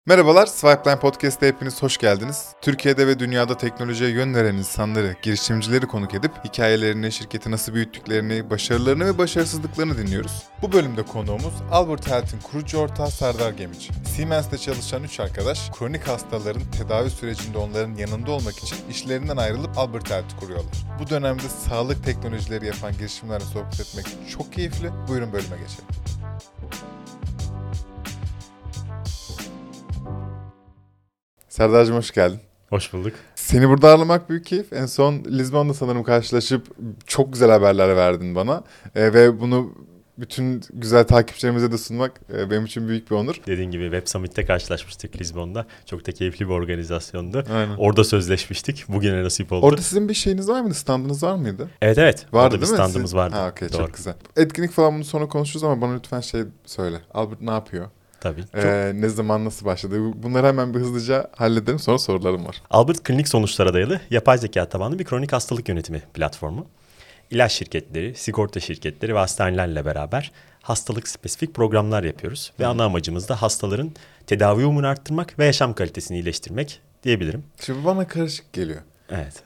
Merhabalar, Swipeline Podcast'a hepiniz hoş geldiniz. Türkiye'de ve dünyada teknolojiye yön veren insanları, girişimcileri konuk edip hikayelerini, şirketi nasıl büyüttüklerini, başarılarını ve başarısızlıklarını dinliyoruz. Bu bölümde konuğumuz Albert Health'in kurucu ortağı Serdar Gemici. Siemens'te çalışan 3 arkadaş, kronik hastaların tedavi sürecinde onların yanında olmak için işlerinden ayrılıp Albert Health'i kuruyorlar. Bu dönemde sağlık teknolojileri yapan girişimlerle sohbet etmek çok keyifli. Buyurun bölüme geçelim. Serdar'cığım hoş geldin. Hoş bulduk. Seni burada ağırlamak büyük keyif. En son Lizbon'da sanırım karşılaşıp çok güzel haberler verdin bana. Ve bunu bütün güzel takipçilerimize de sunmak benim için büyük bir onur. Dediğin gibi Web Summit'te karşılaşmıştık Lizbon'da. Çok da keyifli bir organizasyondu. Aynen. Orada sözleşmiştik. Bugüne nasip oldu. Orada sizin bir şeyiniz var mıydı? Standınız var mıydı? Evet. Vardı Orada değil bir mi? standımız vardı. Ha okey, Doğru. çok güzel. Etkinlik falan bunu sonra konuşuruz ama bana lütfen şey söyle. Albert ne yapıyor? Tabii. Ne zaman, nasıl başladı? Bunları hemen bir hızlıca halledelim. Sonra sorularım var. Albert klinik sonuçlara dayalı yapay zeka tabanlı bir kronik hastalık yönetimi platformu. İlaç şirketleri, sigorta şirketleri ve hastanelerle beraber hastalık spesifik programlar yapıyoruz. Ve ana amacımız da hastaların tedavi umumunu arttırmak ve yaşam kalitesini iyileştirmek diyebilirim. Şimdi bana karışık geliyor. Evet.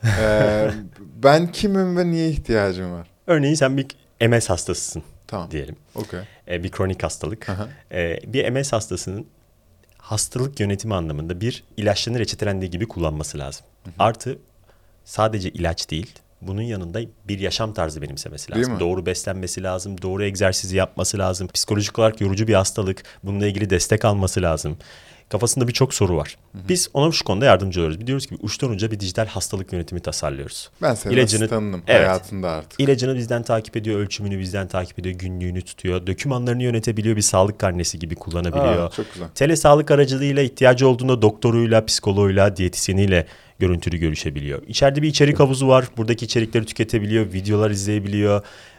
Ben kimim ve niye ihtiyacım var? Örneğin sen bir MS hastasısın. Tamam. Diyelim. Okay. Bir kronik hastalık. Aha. Bir MS hastasının hastalık yönetimi anlamında bir ilaçlarını reçetelendiği gibi kullanması lazım. Artı sadece ilaç değil, bunun yanında bir yaşam tarzı benimsemesi lazım. Doğru beslenmesi lazım, doğru egzersizi yapması lazım. Psikolojik olarak yorucu bir hastalık, bununla ilgili destek alması lazım. Kafasında birçok soru var. Biz ona şu konuda yardımcı oluyoruz. Biz diyoruz ki uçtan uca bir dijital hastalık yönetimi tasarlıyoruz. Ben senin asistanınım hayatında artık. İlacını bizden takip ediyor, ölçümünü bizden takip ediyor, günlüğünü tutuyor, dokümanlarını yönetebiliyor, bir sağlık karnesi gibi kullanabiliyor. Çok güzel. Telesağlık aracılığıyla ihtiyacı olduğunda doktoruyla, psikoloğuyla, diyetisyeniyle görüntülü görüşebiliyor. İçeride bir içerik havuzu var. Buradaki içerikleri tüketebiliyor, videolar izleyebiliyor,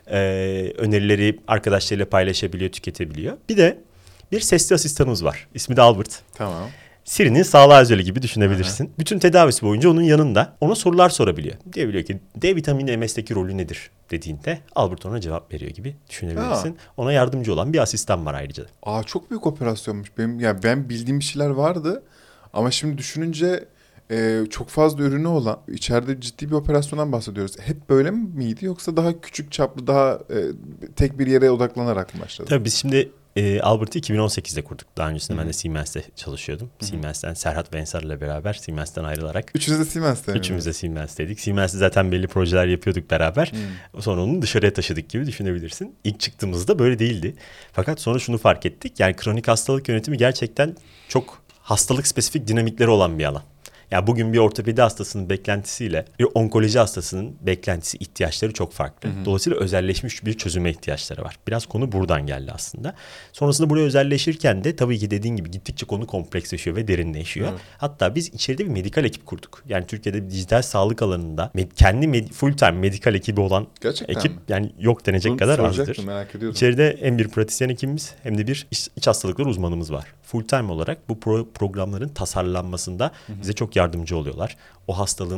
önerileri arkadaşlarıyla paylaşabiliyor, tüketebiliyor. Bir de bir sesli asistanımız var. İsmi de Albert. Tamam. Siri'nin sağlığa özeli gibi düşünebilirsin. Bütün tedavisi boyunca onun yanında ona sorular sorabiliyor. Diyebiliyor ki D vitamini MS'deki rolü nedir dediğinde Albert ona cevap veriyor gibi düşünebilirsin. Ona yardımcı olan bir asistan var ayrıca. Çok büyük operasyonmuş. Ben bildiğim bir şeyler vardı ama şimdi düşününce çok fazla ürünü olan, içeride ciddi bir operasyondan bahsediyoruz. Hep böyle miydi yoksa daha küçük çaplı, daha tek bir yere odaklanarak mı başladı? Tabii biz şimdi Albert'ı 2018'de kurduk. Daha öncesinde ben de Siemens'te çalışıyordum. Siemens'ten Serhat ve Ensar'la beraber Siemens'ten ayrılarak. Üçünüz de Siemens'te mi? Üçümüz de Siemens'teydik. Siemens'te zaten belli projeler yapıyorduk beraber. Sonra onu dışarıya taşıdık gibi düşünebilirsin. İlk çıktığımızda böyle değildi. Fakat sonra şunu fark ettik. Yani kronik hastalık yönetimi gerçekten çok hastalık spesifik dinamikleri olan bir alan. Yani bugün bir ortopedi hastasının beklentisiyle bir onkoloji hastasının beklentisi, ihtiyaçları çok farklı. Dolayısıyla özelleşmiş bir çözüme ihtiyaçları var. Biraz konu buradan geldi aslında. Sonrasında buraya özelleşirken de tabii ki dediğin gibi gittikçe konu kompleksleşiyor ve derinleşiyor. Evet. Hatta biz içeride bir medikal ekip kurduk. Yani Türkiye'de bir dijital sağlık alanında kendi full time medikal ekibi olan ekip yani yok denecek kadar azdır. İçeride hem bir pratisyen ekibimiz hem de bir iç hastalıkları uzmanımız var. Full time olarak bu programların tasarlanmasında bize çok yardımcı oluyorlar. O hastalığın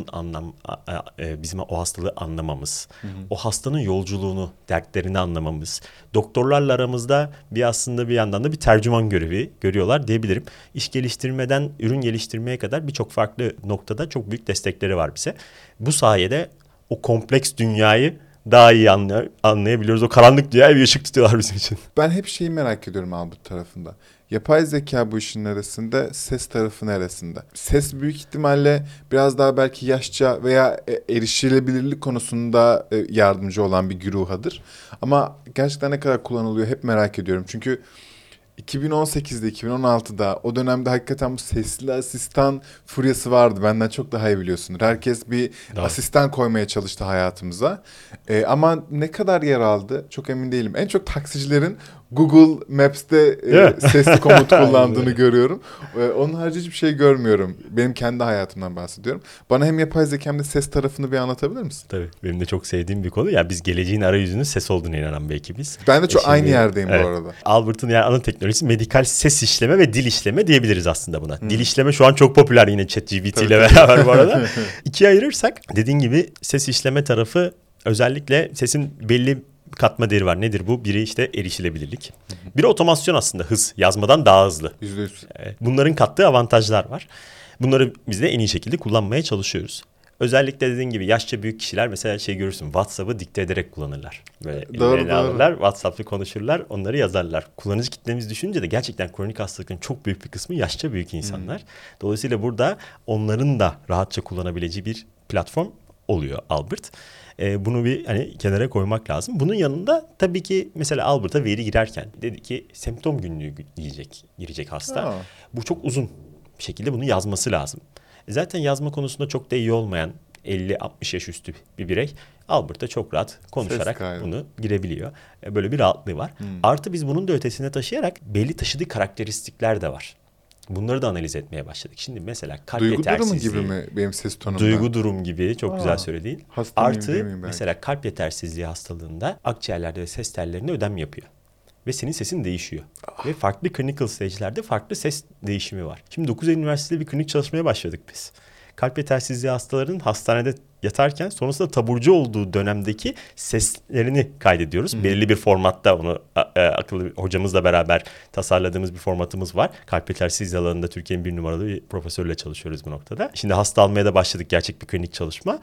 bizim o hastalığı anlamamız, o hastanın yolculuğunu, dertlerini anlamamız, doktorlarla aramızda aslında bir yandan da bir tercüman görevi görüyorlar diyebilirim. İş geliştirmeden ürün geliştirmeye kadar birçok farklı noktada çok büyük destekleri var bize. Bu sayede o kompleks dünyayı daha iyi anlayabiliyoruz. O karanlık dünyaya bir ışık tutuyorlar bizim için. Ben hep şeyi merak ediyorum Albert tarafında. Yapay zeka bu işin neresinde, ses tarafı neresinde? Ses büyük ihtimalle biraz daha belki yaşça veya erişilebilirlik konusunda yardımcı olan bir güruhadır. Ama gerçekten ne kadar kullanılıyor hep merak ediyorum. Çünkü 2018'de, 2016'da o dönemde hakikaten bu sesli asistan furyası vardı. Benden çok daha iyi biliyorsunuz. Herkes bir asistan koymaya çalıştı hayatımıza. Ama ne kadar yer aldı çok emin değilim. En çok taksicilerin Google Maps'te sesli komut kullandığını görüyorum. Onun harici hiçbir şey görmüyorum. Benim kendi hayatımdan bahsediyorum. Bana hem yapay zeka hem de ses tarafını bir anlatabilir misin? Tabii. Benim de çok sevdiğim bir konu. Ya biz geleceğin arayüzünün ses olduğuna inanan bir ekibiz. Ben de çok aynı yerdeyim bu arada. Albert'ın yani ana teknolojisi medikal ses işleme ve dil işleme diyebiliriz aslında buna. Dil işleme şu an çok popüler yine ChatGPT ile beraber bu arada. İkiye ayırırsak dediğin gibi ses işleme tarafı özellikle sesin belli katma değeri var. Nedir bu? Biri işte erişilebilirlik. Biri otomasyon aslında, hız. Yazmadan daha hızlı. %100. Bunların kattığı avantajlar var. Bunları biz de en iyi şekilde kullanmaya çalışıyoruz. Özellikle dediğin gibi yaşça büyük kişiler mesela görürsün, WhatsApp'ı dikte ederek kullanırlar. Böyle ellerine alırlar, WhatsApp'ı konuşurlar, onları yazarlar. Kullanıcı kitlemizi düşününce de gerçekten kronik hastalıkların çok büyük bir kısmı yaşça büyük insanlar. Dolayısıyla burada onların da rahatça kullanabileceği bir platform oluyor Albert. Bunu bir kenara koymak lazım. Bunun yanında tabii ki mesela Albert'a veri girerken dedi ki semptom günlüğü girecek hasta. Bu çok uzun bir şekilde bunu yazması lazım. Zaten yazma konusunda çok da iyi olmayan 50-60 yaş üstü bir birey Albert'ta çok rahat konuşarak bunu girebiliyor. Böyle bir rahatlığı var. Artı biz bunun da ötesine taşıyarak belli taşıdığı karakteristikler de var. Bunları da analiz etmeye başladık. Şimdi mesela kalp yetersizliği. Duygu durumu gibi mi benim ses tonumda? Duygu durum gibi, çok güzel söylediğin. Artı mesela kalp yetersizliği hastalığında akciğerlerde ve ses tellerinde ödem yapıyor. Ve senin sesin değişiyor. Ve farklı clinical stage'lerde farklı ses değişimi var. Şimdi 9 Eylül Üniversitesi'de bir klinik çalışmaya başladık biz. Kalp yetersizliği hastaların hastanede yatarken sonrasında taburcu olduğu dönemdeki seslerini kaydediyoruz. Belirli bir formatta onu akıllı hocamızla beraber tasarladığımız bir formatımız var. Kalp yetersizliği alanında Türkiye'nin bir numaralı bir profesörle çalışıyoruz bu noktada. Şimdi hasta almaya da başladık, gerçek bir klinik çalışma.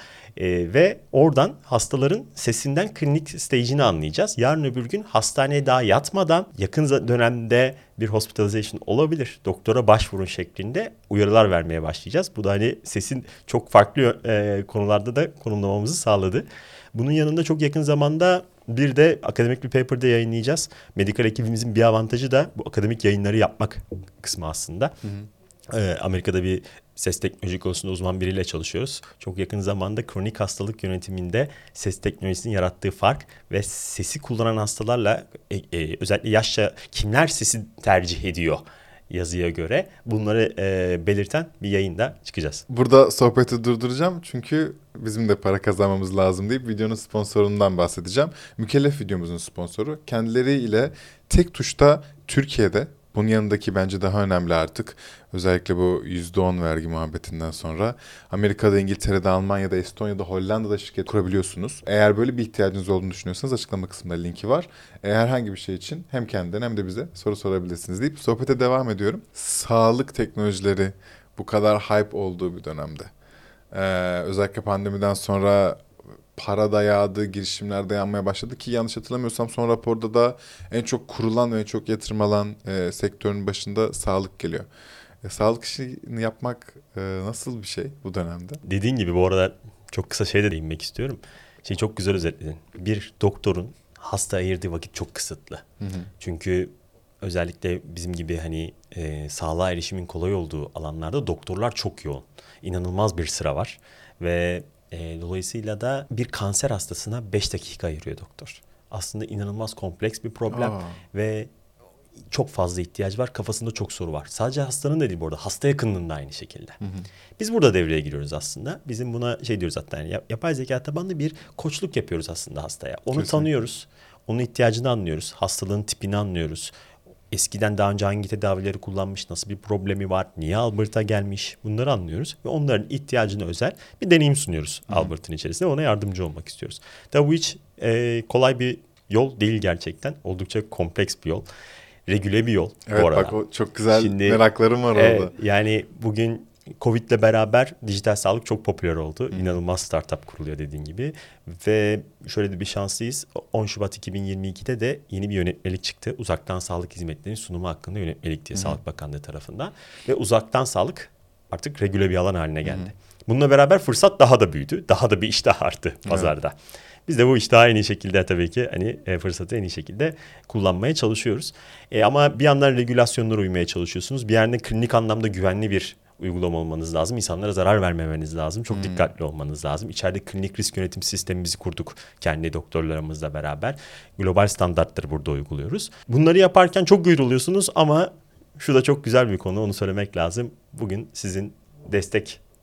Ve oradan hastaların sesinden klinik stage'ini anlayacağız. Yarın öbür gün hastaneye daha yatmadan yakın dönemde bir hospitalization olabilir, doktora başvurun şeklinde uyarılar vermeye başlayacağız. Bu da sesin çok farklı konularda da konumlamamızı sağladı. Bunun yanında çok yakın zamanda bir de akademik bir paper'da yayınlayacağız. Medikal ekibimizin bir avantajı da bu akademik yayınları yapmak kısmı aslında. Amerika'da bir ses teknoloji konusunda uzman biriyle çalışıyoruz. Çok yakın zamanda kronik hastalık yönetiminde ses teknolojisinin yarattığı fark ve sesi kullanan hastalarla özellikle yaşça kimler sesi tercih ediyor yazıya göre bunları belirten bir yayında çıkacağız. Burada sohbeti durduracağım çünkü bizim de para kazanmamız lazım deyip videonun sponsorundan bahsedeceğim. Mükellef videomuzun sponsoru. Kendileriyle tek tuşta Türkiye'de, bunun yanındaki bence daha önemli artık. Özellikle bu %10 vergi muhabbetinden sonra Amerika'da, İngiltere'de, Almanya'da, Estonya'da, Hollanda'da şirket kurabiliyorsunuz. Eğer böyle bir ihtiyacınız olduğunu düşünüyorsanız açıklama kısmında linki var. Herhangi bir şey için hem kendilerine hem de bize soru sorabilirsiniz deyip sohbete devam ediyorum. Sağlık teknolojileri bu kadar hype olduğu bir dönemde. Özellikle pandemiden sonra para da yağdı, girişimler de yanmaya başladı ki yanlış hatırlamıyorsam son raporda da en çok kurulan ve en çok yatırım alan sektörün başında sağlık geliyor. Sağlık işini yapmak nasıl bir şey bu dönemde? Dediğin gibi bu arada çok kısa de değinmek istiyorum. Çok güzel özetledin. Bir doktorun hasta ayırdığı vakit çok kısıtlı. Çünkü özellikle bizim gibi sağlığa erişimin kolay olduğu alanlarda doktorlar çok yoğun. İnanılmaz bir sıra var ve dolayısıyla da bir kanser hastasına 5 dakika ayırıyor doktor. Aslında inanılmaz kompleks bir problem ve çok fazla ihtiyaç var. Kafasında çok soru var. Sadece hastanın da değil bu arada. Hasta yakınının da aynı şekilde. Biz burada devreye giriyoruz aslında. Bizim buna diyoruz hatta yapay zeka tabanlı bir koçluk yapıyoruz aslında hastaya. Onu tanıyoruz. Onun ihtiyacını anlıyoruz. Hastalığın tipini anlıyoruz. Eskiden daha önce hangi tedavileri kullanmış, nasıl bir problemi var, niye Albert'a gelmiş, bunları anlıyoruz. Ve onların ihtiyacına özel bir deneyim sunuyoruz Albert'ın içerisinde. Ona yardımcı olmak istiyoruz. Tabii bu hiç kolay bir yol değil gerçekten. Oldukça kompleks bir yol. Regüle bir yol bu arada. Evet bak o çok güzel meraklarım var orada. Yani bugün Covid'le beraber dijital sağlık çok popüler oldu. İnanılmaz startup kuruluyor dediğin gibi. Ve şöyle de bir şanslıyız. 10 Şubat 2022'de de yeni bir yönetmelik çıktı. Uzaktan sağlık hizmetlerinin sunumu hakkında yönetmelik diye Sağlık Bakanlığı tarafından. Ve uzaktan sağlık artık regüle bir alan haline geldi. Bununla beraber fırsat daha da büyüdü. Daha da bir iştah arttı pazarda. Biz de bu iştahı en iyi şekilde tabii ki fırsatı en iyi şekilde kullanmaya çalışıyoruz. Ama bir yandan regülasyonlara uymaya çalışıyorsunuz. Bir yandan klinik anlamda güvenli bir uygulama olmanız lazım. İnsanlara zarar vermemeniz lazım. Çok dikkatli olmanız lazım. İçeride klinik risk yönetim sistemimizi kurduk kendi doktorlarımızla beraber. Global standartları burada uyguluyoruz. Bunları yaparken çok yoruluyorsunuz ama şu da çok güzel bir konu. Onu söylemek lazım. Bugün sizin destek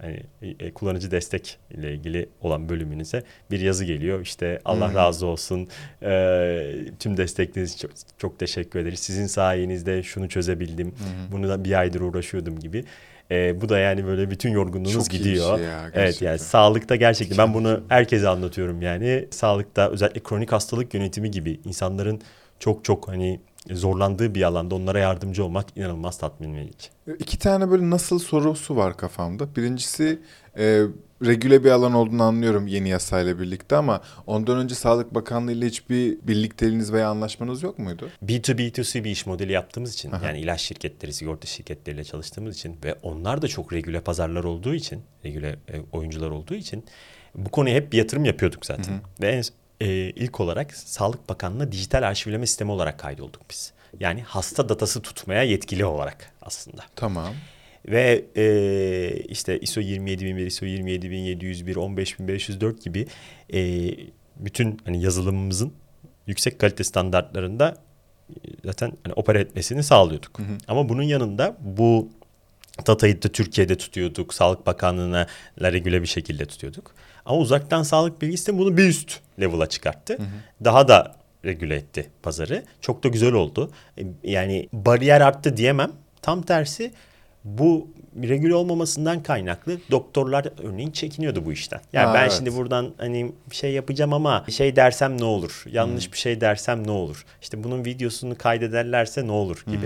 hani kullanıcı destek ile ilgili olan bölümünüze bir yazı geliyor. İşte Allah razı olsun, tüm destekleriniz için çok teşekkür ederiz. Sizin sayenizde şunu çözebildim. Bunu da bir aydır uğraşıyordum gibi. Bu da yani böyle bütün yorgunluğunuz Çok iyi bir gidiyor. şey ya, Evet, yani gerçekten. sağlıkta gerçekten ben bunu herkese anlatıyorum yani. Sağlıkta özellikle kronik hastalık yönetimi gibi insanların çok hani zorlandığı bir alanda onlara yardımcı olmak inanılmaz tatmin verici. İki tane böyle nasıl sorusu var kafamda. Birincisi regüle bir alan olduğunu anlıyorum yeni yasayla birlikte ama ondan önce Sağlık Bakanlığı ile hiçbir birlikteliğiniz veya anlaşmanız yok muydu? B2B2C bir iş modeli yaptığımız için Aha. yani ilaç şirketleri, sigorta şirketleriyle çalıştığımız için ve onlar da çok regüle pazarlar olduğu için, regüle oyuncular olduğu için bu konuya hep bir yatırım yapıyorduk zaten. Ve ilk olarak Sağlık Bakanlığı'na dijital arşivleme sistemi olarak kaydolduk biz. Yani hasta datası tutmaya yetkili olarak aslında. Tamam. Ve işte ISO 27001, ISO 27701, 15504 gibi bütün hani yazılımımızın yüksek kalite standartlarında zaten hani opera etmesini sağlıyorduk. Ama bunun yanında bu datayı da Türkiye'de tutuyorduk. Sağlık Bakanlığı'na regüle bir şekilde tutuyorduk. Ama uzaktan sağlık bilgi sistemi bunu bir üst level'a çıkarttı. Daha da regüle etti pazarı. Çok da güzel oldu. Yani bariyer arttı diyemem. Tam tersi bu regüle olmamasından kaynaklı doktorlar örneğin çekiniyordu bu işten. Yani ben evet. şimdi buradan hani bir şey yapacağım ama şey dersem ne olur? Yanlış bir şey dersem ne olur? İşte bunun videosunu kaydederlerse ne olur gibi.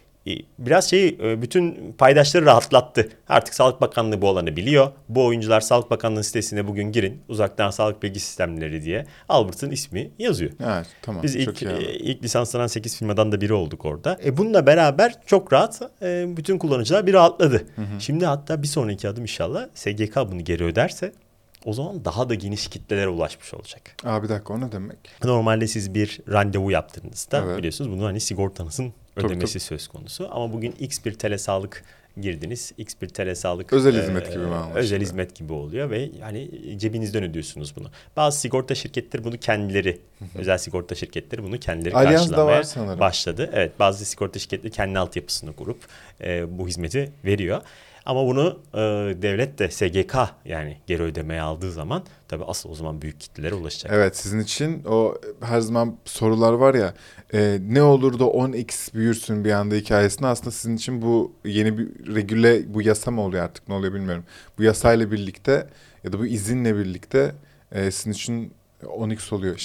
Biraz bütün paydaşları rahatlattı. Artık Sağlık Bakanlığı bu alanı biliyor. Bu oyuncular Sağlık Bakanlığı sitesine bugün girin. Uzaktan sağlık bilgi sistemleri diye Albert'ın ismi yazıyor. Evet, tamam. Biz Çok iyi abi. ilk lisanslanan 8 firmadan da biri olduk orada. Bununla beraber çok rahat bütün kullanıcılar bir rahatladı. Şimdi hatta bir sonraki adım inşallah SGK bunu geri öderse o zaman daha da geniş kitlelere ulaşmış olacak. Bir dakika, o ne demek? Normalde siz bir randevu yaptığınızda Evet. biliyorsunuz bunu hani sigortanızın ödemesi söz konusu. Ama bugün X bir telesağlık girdiniz. X bir telesağlık Özel hizmet gibi mi anlaşılıyor? özel hizmet gibi oluyor ve yani cebinizden ödüyorsunuz bunu. Bazı sigorta şirketleri bunu kendileri, özel sigorta şirketleri bunu kendileri Allianz da karşılamaya var sanırım. başladı. Evet, bazı sigorta şirketleri kendi altyapısını kurup bu hizmeti veriyor. Ama bunu devlet de SGK yani geri ödemeye aldığı zaman tabii asıl o zaman büyük kitlelere ulaşacak. Evet, sizin için o her zaman sorular var ya, ne olur da 10x büyürsün bir anda hikayesinde, aslında sizin için bu yeni bir regüle, bu yasa mı oluyor artık, ne oluyor bilmiyorum. Bu yasayla birlikte ya da bu izinle birlikte sizin için 10x oluyor.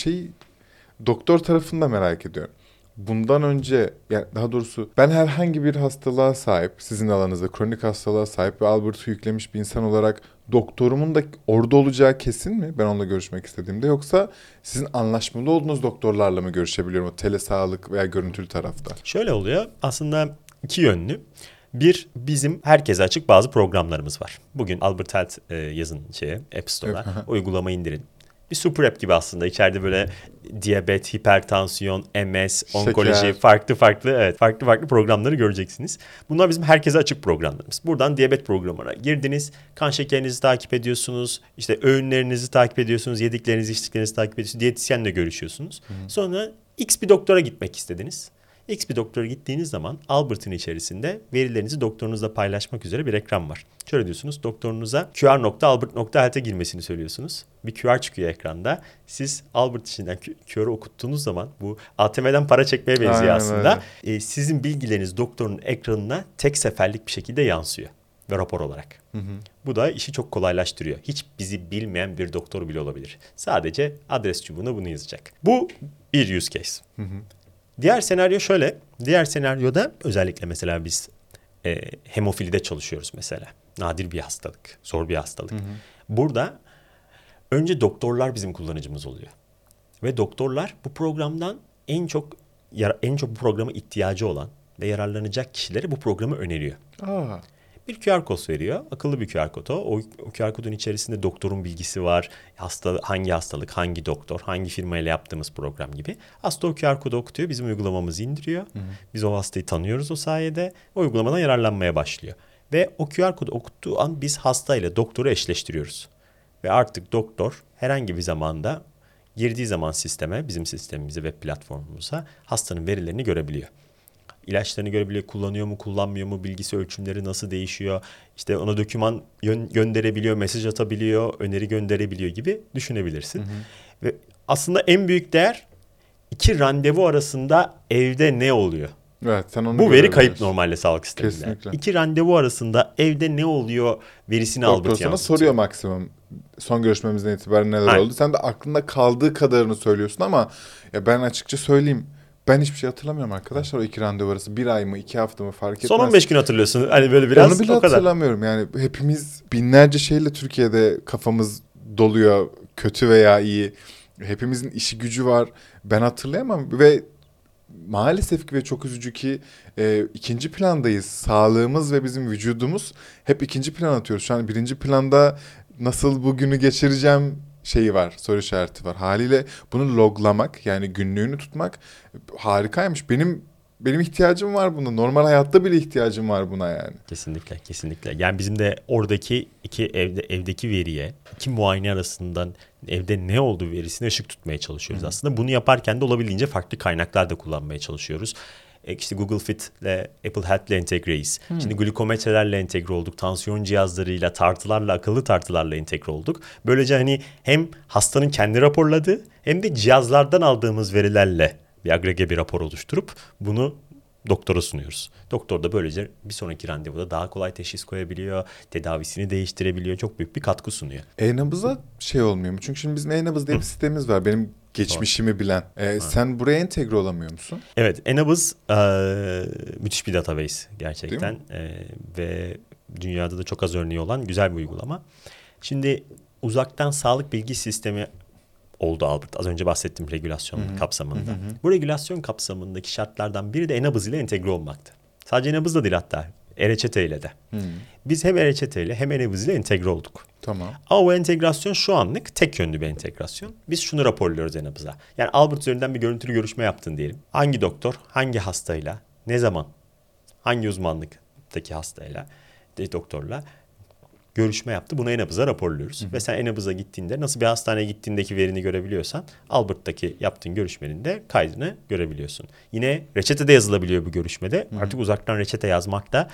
Doktor tarafını da merak ediyorum. Bundan önce, yani daha doğrusu ben herhangi bir hastalığa sahip, sizin alanınızda kronik hastalığa sahip ve Albert'ı yüklemiş bir insan olarak doktorumun da orada olacağı kesin mi? Ben onunla görüşmek istediğimde, yoksa sizin anlaşmalı olduğunuz doktorlarla mı görüşebiliyorum o telesağlık veya görüntülü tarafta? Şöyle oluyor aslında, iki yönlü. Bir, bizim herkese açık bazı programlarımız var. Bugün Albert Health yazın App Store'a, uygulama indirin. Bir super app gibi aslında. İçeride böyle diyabet, hipertansiyon, MS, onkoloji, farklı programları göreceksiniz. Bunlar bizim herkese açık programlarımız. Buradan diyabet programına girdiniz. Kan şekerinizi takip ediyorsunuz. İşte öğünlerinizi takip ediyorsunuz. Yediklerinizi, içtiklerinizi takip ediyorsunuz. Diyetisyenle görüşüyorsunuz. Sonra X bir doktora gitmek istediniz. X bir doktora gittiğiniz zaman Albert'ın içerisinde verilerinizi doktorunuzla paylaşmak üzere bir ekran var. Şöyle diyorsunuz, doktorunuza qr.albert.health'e girmesini söylüyorsunuz. Bir QR çıkıyor ekranda. Siz Albert içinden QR'ı okuttuğunuz zaman bu ATM'den para çekmeye benziyor Aynen aslında. Sizin bilgileriniz doktorun ekranına tek seferlik bir şekilde yansıyor ve rapor olarak. Bu da işi çok kolaylaştırıyor. Hiç bizi bilmeyen bir doktor bile olabilir. Sadece adres çubuğuna bunu yazacak. Bu bir use case. Diğer senaryo şöyle. Diğer senaryoda özellikle mesela biz hemofilide çalışıyoruz mesela. Nadir bir hastalık, zor bir hastalık. Burada önce doktorlar bizim kullanıcımız oluyor. Ve doktorlar bu programdan en çok bu programa ihtiyacı olan ve yararlanacak kişilere bu programı öneriyor. Bir QR kod veriyor. Akıllı bir QR kod o. O QR kodun içerisinde doktorun bilgisi var. Hangi hastalık, hangi doktor, hangi firmayla yaptığımız program gibi. Hasta o QR kodu okutuyor. Bizim uygulamamızı indiriyor. Biz o hastayı tanıyoruz o sayede. O uygulamadan yararlanmaya başlıyor. Ve o QR kodu okuttuğu an biz hastayla doktoru eşleştiriyoruz. Ve artık doktor herhangi bir zamanda girdiği zaman sisteme, bizim sistemimize, web platformumuza hastanın verilerini görebiliyor. İlaçlarını görebiliyor, kullanıyor mu, kullanmıyor mu, bilgisi ölçümleri nasıl değişiyor. İşte ona doküman gönderebiliyor, mesaj atabiliyor, öneri gönderebiliyor gibi düşünebilirsin. Ve aslında en büyük değer 2 randevu arasında evde ne oluyor? Evet, sen onu Bu veri kayıp görebiliyorsun. normalde sağlık sisteminde. Kesinlikle. 2 randevu arasında evde ne oluyor verisini Doktor Albert sana yansıtıyor. soruyor maksimum. Son görüşmemizden itibaren neler Aynen. oldu. Sen de aklında kaldığı kadarını söylüyorsun ama ya ben açıkça söyleyeyim. Ben hiçbir şey hatırlamıyorum arkadaşlar o 2 randevu arası. 1 ay mı 2 hafta mı fark etmez. Son 15 gün hatırlıyorsun. Hani böyle biraz Onu bile o kadar. hatırlamıyorum. Yani hepimiz binlerce şeyle Türkiye'de kafamız doluyor. Kötü veya iyi. Hepimizin işi gücü var. Ben hatırlayamam ve maalesef ki ve çok üzücü ki ikinci plandayız. Sağlığımız ve bizim vücudumuz hep ikinci plan atıyoruz. Şu an birinci planda nasıl bugünü geçireceğim şeyi var, soru işareti var. Haliyle bunu loglamak, yani günlüğünü tutmak harikaymış. Benim ihtiyacım var buna. Normal hayatta bile ihtiyacım var buna yani. Kesinlikle, kesinlikle. Yani bizim de oradaki evdeki veriye, 2 muayene arasından evde ne olduğu verisine ışık tutmaya çalışıyoruz aslında. Bunu yaparken de olabildiğince farklı kaynaklar da kullanmaya çalışıyoruz. İşte Google Fit ile Apple Health ile entegreyiz. Şimdi glikometrelerle entegre olduk. Tansiyon cihazlarıyla, tartılarla, akıllı tartılarla entegre olduk. Böylece hani hem hastanın kendi raporladığı hem de cihazlardan aldığımız verilerle bir agrege bir rapor oluşturup bunu doktora sunuyoruz. Doktor da böylece bir sonraki randevuda daha kolay teşhis koyabiliyor, tedavisini değiştirebiliyor. Çok büyük bir katkı sunuyor. E-nabıza şey olmuyor mu? Çünkü şimdi bizim e-nabız diye bir sistemimiz var. Benim geçmişimi bilen. Sen buraya entegre olamıyor musun? Evet, Enabuz müthiş bir database gerçekten. Ve dünyada da çok az örneği olan güzel bir uygulama. Şimdi uzaktan sağlık bilgi sistemi oldu Albert. Az önce bahsettim regülasyon kapsamında. Bu regülasyon kapsamındaki şartlardan biri de Enabuz ile entegre olmaktı. Sadece Enabuz da değil hatta. E-reçete ile de. Biz hem E-reçete ile hem Enabuz ile entegre olduk. Tamam. Ama bu entegrasyon şu anlık tek yönlü bir entegrasyon. Biz şunu raporluyoruz Enabuz'a. Yani Albert üzerinden bir görüntülü görüşme yaptın diyelim. Hangi doktor, hangi hastayla, ne zaman, hangi uzmanlıktaki hastayla, doktorla görüşme yaptı. Bunu Enabuz'a raporluyoruz. Ve sen Enabuz'a gittiğinde nasıl bir hastaneye gittiğindeki verini görebiliyorsan Albert'taki yaptığın görüşmenin de kaydını görebiliyorsun. Yine reçetede yazılabiliyor bu görüşmede. Artık uzaktan reçete yazmak da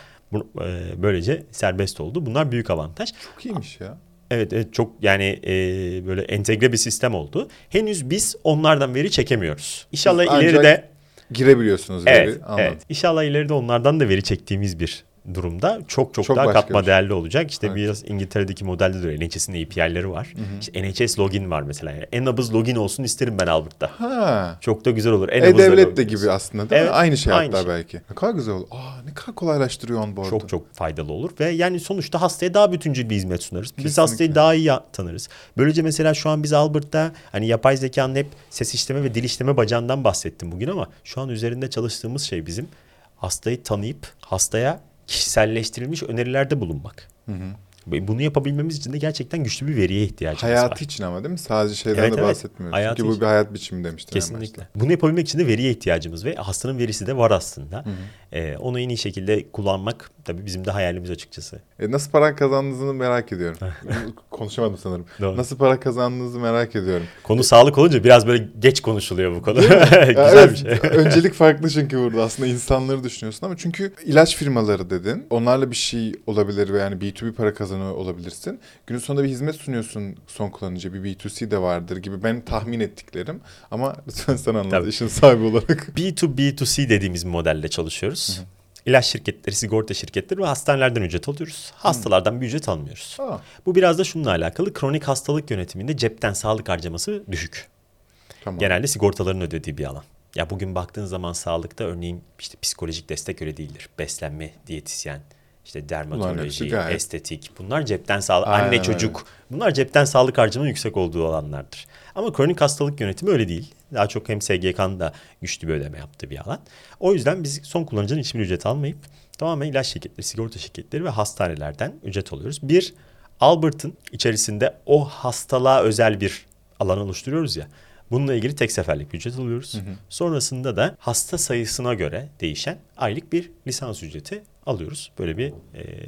böylece serbest oldu. Bunlar büyük avantaj. Çok iyiymiş ya. Evet, çok yani böyle entegre bir sistem oldu. Henüz biz onlardan veri çekemiyoruz. İnşallah Ancak ileride girebiliyorsunuz veri. evet, Anladım. evet. İnşallah ileride onlardan da veri çektiğimiz bir durumda çok Çok daha başka katma bir şey. değerli olacak. İşte Evet. biraz İngiltere'deki modelde de öyle. NHS'in API'leri var. İşte NHS login var mesela. Yani Enabuz login olsun isterim ben Albert'ta. Ha. Çok da güzel olur. Enabuz'la E-Devlet login de gibi olsun. aslında değil mi? Evet, Aynı şey aynı hatta şey. belki. Ne kadar güzel olur. Ne kadar kolaylaştırıyor onboard'u. Çok çok faydalı olur ve yani sonuçta hastaya daha bütüncül bir hizmet sunarız. Biz Kesinlikle. hastayı daha iyi tanırız. Böylece mesela şu an biz Albert'ta hani yapay zekanın hep ses işleme ve dil işleme bacağından bahsettim bugün ama şu an üzerinde çalıştığımız şey bizim hastayı tanıyıp hastaya kişiselleştirilmiş önerilerde bulunmak. Bunu yapabilmemiz için de gerçekten güçlü bir veriye ihtiyacımız var. Hayatı için ama değil mi? Sadece şeyden Evet, de evet. bahsetmiyoruz. Hayatı Çünkü bu için. bir hayat biçimi demiştin en Kesinlikle. başta. Bunu yapabilmek için de veriye ihtiyacımız ve hastanın verisi de var aslında. Onu en iyi şekilde kullanmak tabii bizim de hayalimiz açıkçası. Nasıl para kazandığınızı merak ediyorum. Konuşamadım sanırım. Doğru. Nasıl para kazandığınızı merak ediyorum. Konu sağlık olunca biraz böyle geç konuşuluyor bu konu. Ya Güzel bir şey. Öncelik farklı çünkü burada aslında insanları düşünüyorsun ama çünkü ilaç firmaları dedin. Onlarla bir şey olabilir ve yani B2B para kazanıyor olabilirsin. Günün sonunda bir hizmet sunuyorsun son kullanıcıya. Bir B2C de vardır gibi ben tahmin ettiklerim. Ama lütfen sen anlat Tabii. işin sahibi olarak. B2B2C dediğimiz modelle çalışıyoruz. İlaç şirketleri, sigorta şirketleri ve hastanelerden ücret alıyoruz. Hastalardan bir ücret almıyoruz. Bu biraz da şununla alakalı. Kronik hastalık yönetiminde cepten sağlık harcaması düşük. Tamam. Genelde sigortaların ödediği bir alan. Ya bugün baktığın zaman sağlıkta örneğin işte psikolojik destek öyle değildir. Beslenme, diyetisyen, işte hepsi dermatoloji, gayet- estetik. Bunlar cepten sağlık, Aynen anne öyle. çocuk. Bunlar cepten sağlık harcamanın yüksek olduğu alanlardır. Ama kronik hastalık yönetimi öyle değil. Daha çok hem SGK'nın da güçlü bir ödeme yaptığı bir alan. O yüzden biz son kullanıcının hiçbir ücret almayıp tamamen ilaç şirketleri, sigorta şirketleri ve hastanelerden ücret alıyoruz. Bir, Albert'ın içerisinde o hastalığa özel bir alan oluşturuyoruz ya. Bununla ilgili tek seferlik bir ücret alıyoruz. Sonrasında da hasta sayısına göre değişen aylık bir lisans ücreti alıyoruz. Böyle bir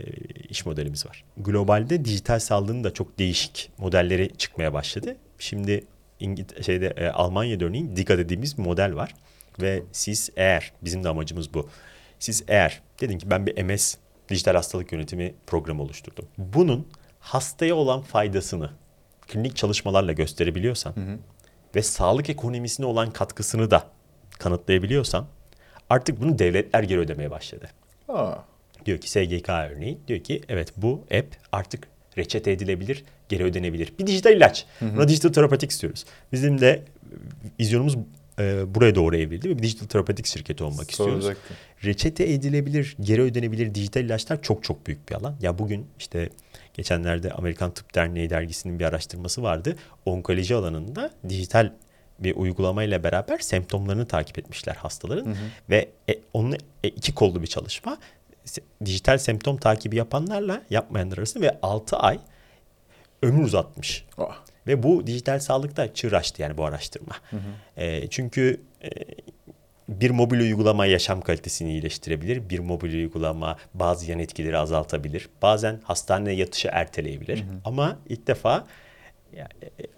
iş modelimiz var. Globalde dijital sağlığın da çok değişik modelleri çıkmaya başladı. Şimdi Almanya'da örneğin DIGA dediğimiz bir model var. Ve siz eğer, bizim de amacımız bu. Siz eğer dedin ki ben bir MS dijital hastalık yönetimi programı oluşturdum. Bunun hastaya olan faydasını klinik çalışmalarla gösterebiliyorsan ve sağlık ekonomisine olan katkısını da kanıtlayabiliyorsan artık bunu devletler geri ödemeye başladı. Aa. Diyor ki SGK örneğin diyor ki evet bu app artık reçete edilebilir, geri ödenebilir. Bir dijital ilaç. Buna dijital terapetik istiyoruz. Bizim de vizyonumuz buraya doğru evrildi ve bir dijital terapetik şirketi olmak istiyoruz. Soracaktım. Reçete edilebilir, geri ödenebilir dijital ilaçlar çok çok büyük bir alan. Ya bugün işte geçenlerde Amerikan Tıp Derneği dergisinin bir araştırması vardı. Onkoloji alanında dijital bir uygulamayla beraber semptomlarını takip etmişler hastaların. Ve onun iki kollu bir çalışma. Dijital semptom takibi yapanlarla yapmayanlar arasında ve 6 ay ömür uzatmış. Ve bu dijital sağlıkta çığır açtı yani bu araştırma. Çünkü bir mobil uygulama yaşam kalitesini iyileştirebilir. Bir mobil uygulama bazı yan etkileri azaltabilir. Bazen hastaneye yatışı erteleyebilir. Ama ilk defa yani,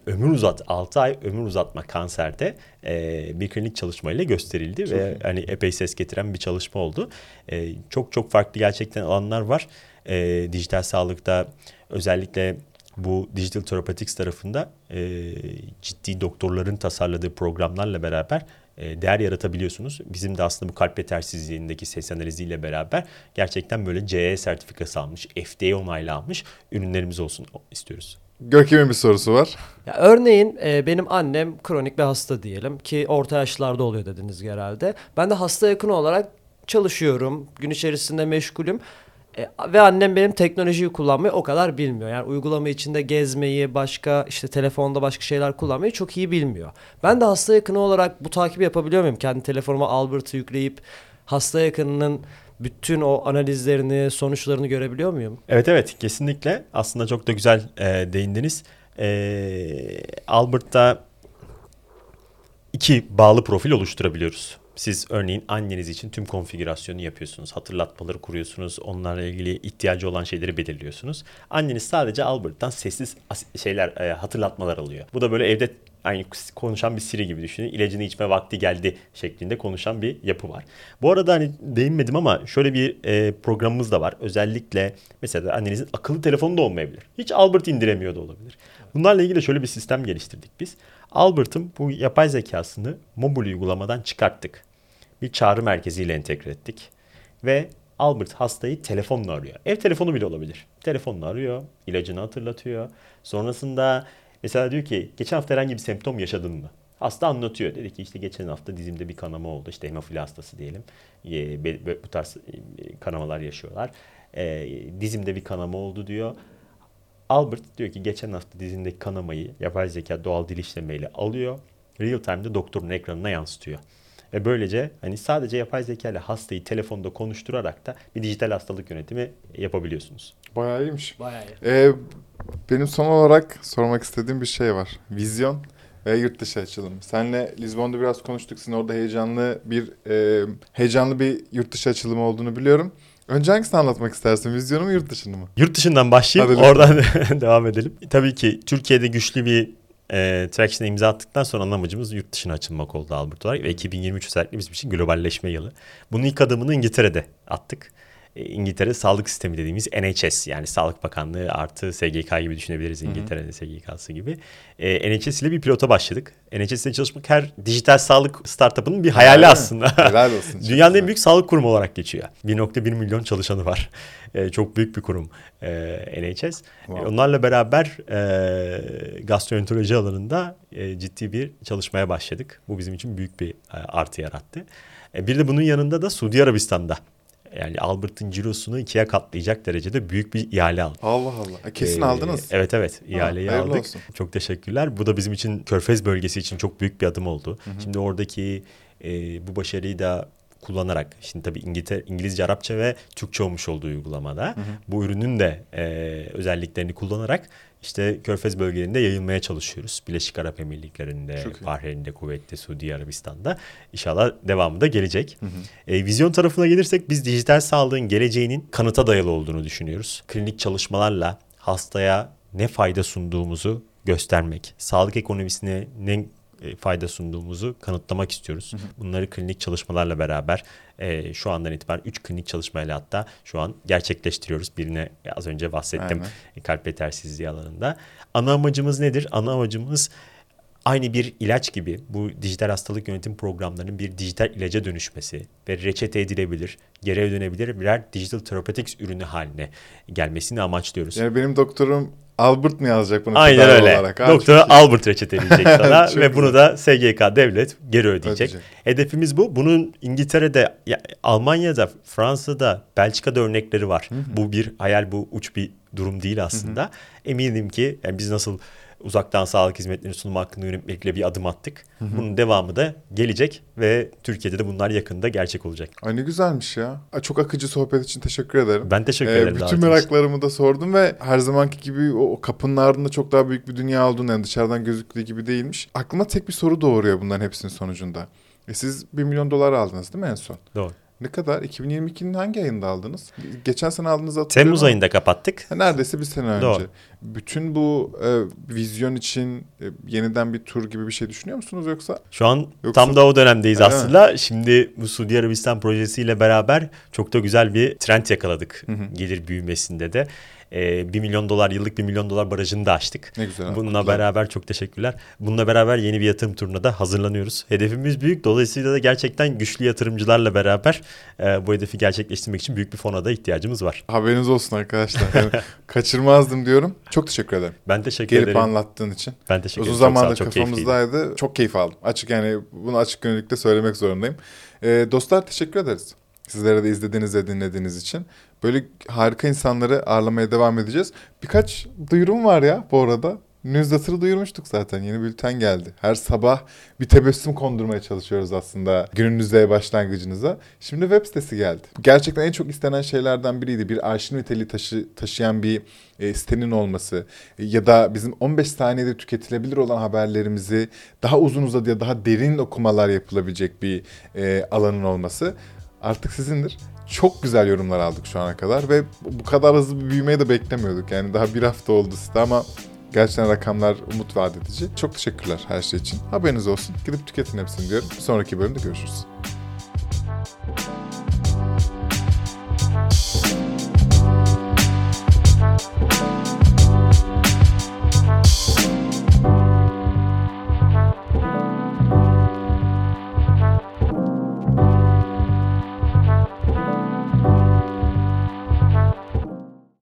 6 ay ömür uzatma kanserde bir klinik çalışmayla gösterildi. Çok ve iyi. Hani epey ses getiren bir çalışma oldu. Çok çok farklı gerçekten alanlar var. Dijital sağlıkta özellikle bu digital therapeutics tarafında ciddi doktorların tasarladığı programlarla beraber değer yaratabiliyorsunuz. Bizim de aslında bu kalp yetersizliğindeki ses analiziyle beraber gerçekten böyle CE sertifikası almış, FDA onaylı almış ürünlerimiz olsun istiyoruz. Görkem'in bir sorusu var. Ya örneğin benim annem kronik bir hasta diyelim ki orta yaşlarda oluyor dediniz herhalde. Ben de hasta yakını olarak çalışıyorum, gün içerisinde meşgulüm. Ve annem benim teknolojiyi kullanmayı o kadar bilmiyor. Yani uygulama içinde gezmeyi, başka işte telefonda başka şeyler kullanmayı çok iyi bilmiyor. Ben de hasta yakını olarak bu takibi yapabiliyor muyum? Kendi telefonuma Albert'ı yükleyip hasta yakınının bütün o analizlerini, sonuçlarını görebiliyor muyum? Evet kesinlikle. Aslında çok da güzel değindiniz. Albert'ta 2 bağlı profil oluşturabiliyoruz. Siz örneğin anneniz için tüm konfigürasyonu yapıyorsunuz. Hatırlatmaları kuruyorsunuz. Onlarla ilgili ihtiyacı olan şeyleri belirliyorsunuz. Anneniz sadece Albert'tan sessiz hatırlatmalar alıyor. Bu da böyle evde aynı konuşan bir Siri gibi düşünün. İlacını içme vakti geldi şeklinde konuşan bir yapı var. Bu arada hani değinmedim ama şöyle bir programımız da var. Özellikle mesela annenizin akıllı telefonu da olmayabilir. Hiç Albert indiremiyor da olabilir. Bunlarla ilgili şöyle bir sistem geliştirdik biz. Albert'ın bu yapay zekasını mobil uygulamadan çıkarttık. Bir çağrı merkeziyle entegre ettik. Ve Albert hastayı telefonla arıyor. Ev telefonu bile olabilir. Telefonla arıyor, ilacını hatırlatıyor. Sonrasında mesela diyor ki geçen hafta herhangi bir semptom yaşadın mı? Hasta anlatıyor. Dedi ki işte geçen hafta dizimde bir kanama oldu. İşte hemofili hastası diyelim. Bu tarz kanamalar yaşıyorlar. Dizimde bir kanama oldu diyor. Albert diyor ki geçen hafta dizindeki kanamayı yapay zeka doğal dil işlemeyle alıyor. Real time'da doktorun ekranına yansıtıyor. Ve böylece hani sadece yapay zeka ile hastayı telefonda konuşturarak da bir dijital hastalık yönetimi yapabiliyorsunuz. Bayağı iyiymiş. Bayağı iyi. Benim son olarak sormak istediğim bir şey var. Vizyon ve yurt dışı açılımı. Seninle Lizbon'da biraz konuştuk. Sizin orada heyecanlı bir yurt dışı açılımı olduğunu biliyorum. Önce hangisini anlatmak istersin? Vizyonu mu yurt dışını mı? Yurt dışından başlayıp oradan devam edelim. Tabii ki Türkiye'de güçlü bir Traction'a imza attıktan sonra ana amacımız yurt dışına açılmak oldu Albert olarak. Ve 2023 özellikle bizim için globalleşme yılı. Bunun ilk adımını İngiltere'de attık. İngiltere sağlık sistemi dediğimiz NHS yani Sağlık Bakanlığı artı SGK gibi düşünebiliriz İngiltere'nin SGK'sı gibi. NHS ile bir pilota başladık. NHS ile çalışmak her dijital sağlık startup'ının bir hayali aslında. Helal olsun. Dünyanın en büyük sağlık kurumu olarak geçiyor. 1.1 milyon çalışanı var. Çok büyük bir kurum NHS. Wow. Onlarla beraber gastroenteroloji alanında ciddi bir çalışmaya başladık. Bu bizim için büyük bir artı yarattı. Bir de bunun yanında da Suudi Arabistan'da. Yani Albert'ın cirosunu 2'ye katlayacak derecede büyük bir ihale aldık. Allah Allah. Kesin aldınız. Evet. İhaleyi aldık. Olsun. Çok teşekkürler. Bu da bizim için Körfez bölgesi için çok büyük bir adım oldu. Şimdi oradaki bu başarıyı da kullanarak, şimdi tabii İngilizce, Arapça ve Türkçe olmuş olduğu uygulamada bu ürünün de özelliklerini kullanarak işte Körfez bölgelerinde yayılmaya çalışıyoruz. Birleşik Arap Emirlikleri'nde, Bahreyn'de, Kuveyt'te, Suudi Arabistan'da. İnşallah devamı da gelecek. Vizyon tarafına gelirsek biz dijital sağlığın geleceğinin kanıta dayalı olduğunu düşünüyoruz. Klinik çalışmalarla hastaya ne fayda sunduğumuzu göstermek, sağlık ekonomisine ne fayda sunduğumuzu kanıtlamak istiyoruz. Bunları klinik çalışmalarla beraber şu andan itibaren 3 klinik çalışmayla hatta şu an gerçekleştiriyoruz. Birine az önce bahsettim, kalp yetersizliği alanında. Ana amacımız nedir? Ana amacımız aynı bir ilaç gibi bu dijital hastalık yönetim programlarının bir dijital ilaca dönüşmesi ve reçete edilebilir, geri ödenebilir birer digital therapeutics ürünü haline gelmesini amaçlıyoruz. Yani benim doktorum Albert mı yazacak bunu Aynen tedavi öyle. olarak? Doktora Albert reçeteleyecek sana Çok ve bunu güzel. da SGK devlet geri ödeyecek. Hedefimiz bu. Bunun İngiltere'de, Almanya'da, Fransa'da, Belçika'da örnekleri var. Bu bir hayal, bu uç bir durum değil aslında. Eminim ki yani biz nasıl uzaktan sağlık hizmetlerini sunum hakkında yönetmelikle bir adım attık. Bunun devamı da gelecek ve Türkiye'de de bunlar yakında gerçek olacak. Ay ne güzelmiş ya. Çok akıcı sohbet için teşekkür ederim. Ben teşekkür ederim. Bütün davetin için. meraklarımı da sordum ve her zamanki gibi o kapının ardında çok daha büyük bir dünya olduğunu, yani dışarıdan gözüktüğü gibi değilmiş. Aklıma tek bir soru doğuruyor bunların hepsinin sonucunda. Siz $1 milyon aldınız değil mi en son? Doğru. Ne kadar? 2022'nin hangi ayında aldınız? Geçen sene aldığınızı hatırlıyorum. Temmuz ayında kapattık. Neredeyse bir sene önce. Doğru. Bütün bu vizyon için yeniden bir tur gibi bir şey düşünüyor musunuz yoksa? Şu an Yoksa- tam da o dönemdeyiz Öyle aslında. Şimdi bu Suudi Arabistan projesiyle beraber çok da güzel bir trend yakaladık. Gelir büyümesinde de. $1 milyon, yıllık $1 milyon barajını da aştık. Ne güzel. Bununla beraber çok teşekkürler. Bununla beraber yeni bir yatırım turuna da hazırlanıyoruz. Hedefimiz büyük. Dolayısıyla da gerçekten güçlü yatırımcılarla beraber bu hedefi gerçekleştirmek için büyük bir fona da ihtiyacımız var. Haberiniz olsun arkadaşlar. Yani kaçırmazdım diyorum. Çok teşekkür ederim. Ben teşekkür Gelip ederim. anlattığın için. Ben teşekkür Uzun ederim. Çok sağ ol, zamandır çok keyifliydi. kafamızdaydı. Çok keyif aldım. Açık, yani bunu açık gönüllükle söylemek zorundayım. Dostlar teşekkür ederiz. Sizlere de izlediğiniz ve dinlediğiniz için. Böyle harika insanları ağırlamaya devam edeceğiz. Birkaç duyurum var ya bu arada. Newsletter'ı duyurmuştuk zaten. Yeni bülten geldi. Her sabah bir tebessüm kondurmaya çalışıyoruz aslında gününüze, başlangıcınıza. Şimdi web sitesi geldi. Gerçekten en çok istenen şeylerden biriydi. Bir arşiv niteliği taşıyan bir sitenin olması ya da bizim 15 saniyede tüketilebilir olan haberlerimizi daha uzun uzadıya, daha derin okumalar yapılabilecek bir alanın olması artık sizindir. Çok güzel yorumlar aldık şu ana kadar ve bu kadar hızlı bir büyümeyi de beklemiyorduk. Yani daha bir hafta oldu site ama gerçekten rakamlar umut vaat edici. Çok teşekkürler her şey için. Haberiniz olsun. Gidip tüketin hepsini diyorum. Bir sonraki bölümde görüşürüz.